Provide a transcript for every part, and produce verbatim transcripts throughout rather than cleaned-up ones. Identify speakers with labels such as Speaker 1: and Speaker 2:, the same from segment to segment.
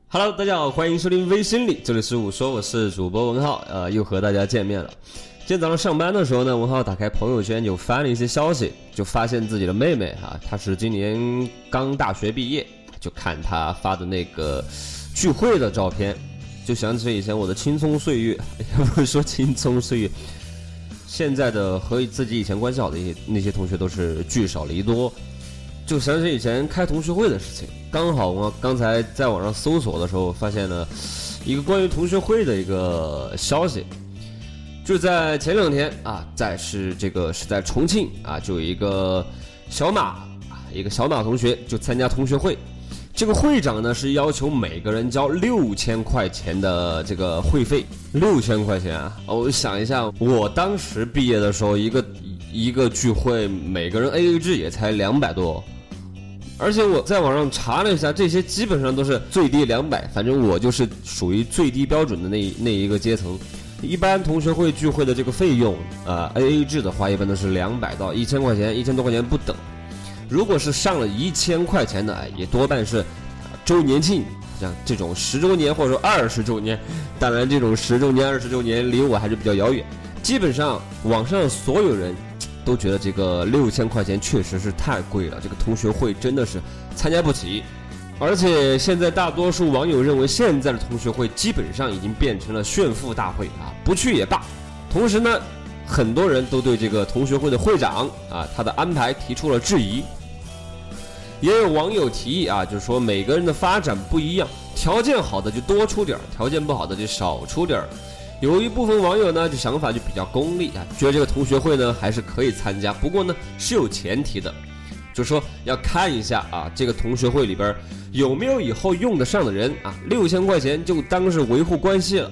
Speaker 1: Hello， 大家好，欢迎收听微心理，这里是我说，我是主播文浩，呃，又和大家见面了。今天早上上班的时候呢，文浩打开朋友圈就翻了一些消息，就发现自己的妹妹啊，她是今年刚大学毕业，就看她发的那个聚会的照片，就想起以前我的青葱岁月，也不是说青葱岁月，现在的和自己以前关系好的一些那些同学都是聚少离多。就想起以前开同学会的事情，刚好我刚才在网上搜索的时候，发现了一个关于同学会的一个消息，就在前两天啊，在是这个是在重庆啊，就有一个小马啊，一个小马同学就参加同学会，这个会长呢是要求每个人交六千块钱的这个会费，六千块钱啊！我想一下，我当时毕业的时候，一个一个聚会，每个人 A A 制也才两百多。而且我在网上查了一下，这些基本上都是最低两百，反正我就是属于最低标准的那那一个阶层。一般同学会聚会的这个费用，呃 A A 制的话，一般都是两百到一千块钱，一千多块钱不等。如果是上了一千块钱的，哎，也多半是周年庆，像这种十周年或者说二十周年。当然，这种十周年、二十周年离我还是比较遥远。基本上网上所有人都觉得这个六千块钱确实是太贵了，这个同学会真的是参加不起。而且现在大多数网友认为，现在的同学会基本上已经变成了炫富大会啊，不去也罢。同时呢，很多人都对这个同学会的会长啊，他的安排提出了质疑。也有网友提议啊，就是说每个人的发展不一样，条件好的就多出点，条件不好的就少出点。有一部分网友呢，就想法就比较功利啊，觉得这个同学会呢还是可以参加，不过呢是有前提的，就是说要看一下啊，这个同学会里边有没有以后用得上的人啊，六千块钱就当是维护关系了。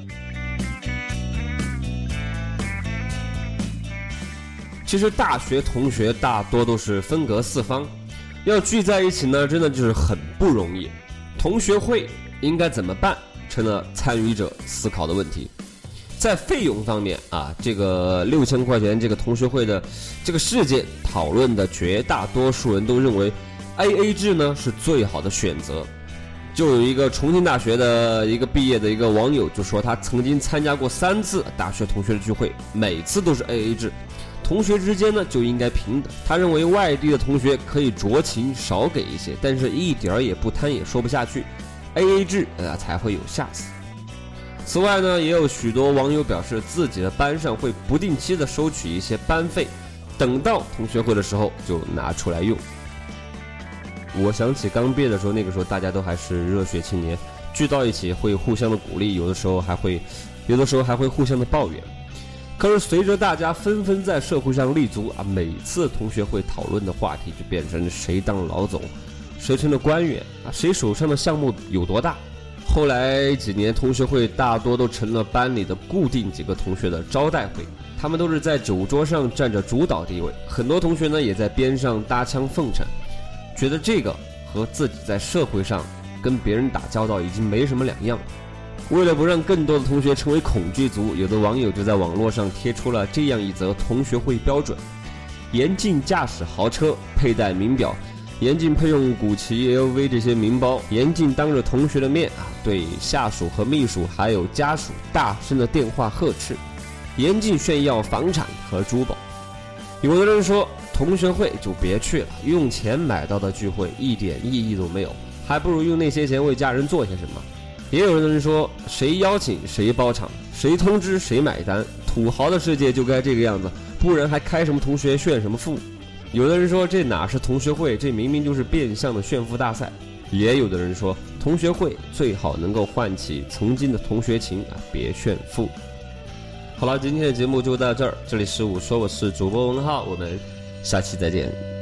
Speaker 1: 其实大学同学大多都是分隔四方，要聚在一起呢，真的就是很不容易。同学会应该怎么办，成了参与者思考的问题。在费用方面啊，这个六千块钱这个同学会的这个事件讨论的绝大多数人都认为 A A 制呢是最好的选择。就有一个重庆大学的一个毕业的一个网友就说，他曾经参加过三次大学同学的聚会，每次都是 A A 制，同学之间呢就应该平等。他认为外地的同学可以酌情少给一些，但是一点也不贪也说不下去， A A 制呃才会有下次。此外呢，也有许多网友表示，自己的班上会不定期的收取一些班费，等到同学会的时候就拿出来用。我想起刚毕业的时候，那个时候大家都还是热血青年，聚到一起会互相的鼓励，有的时候还会有的时候还会互相的抱怨。可是随着大家纷纷在社会上立足啊，每次同学会讨论的话题就变成谁当老总，谁成了官员啊，谁手上的项目有多大。后来几年，同学会大多都成了班里的固定几个同学的招待会，他们都是在酒桌上占着主导地位，很多同学呢也在边上搭腔奉承，觉得这个和自己在社会上跟别人打交道已经没什么两样。为了不让更多的同学成为恐惧族，有的网友就在网络上贴出了这样一则同学会标准：严禁驾驶豪车，佩戴名表，严禁配用古奇 L V 这些名包，严禁当着同学的面啊对下属和秘书还有家属大声的电话呵斥，严禁炫耀房产和珠宝。有的人说，同学会就别去了，用钱买到的聚会一点意义都没有，还不如用那些钱为家人做些什么。也有人说，谁邀请谁包场，谁通知谁买单，土豪的世界就该这个样子，不然还开什么同学炫什么富。有的人说，这哪是同学会，这明明就是变相的炫富大赛。也有的人说，同学会最好能够唤起曾经的同学情啊，别炫富。好了，今天的节目就到这儿，这里是我说，我是主播文浩，我们下期再见。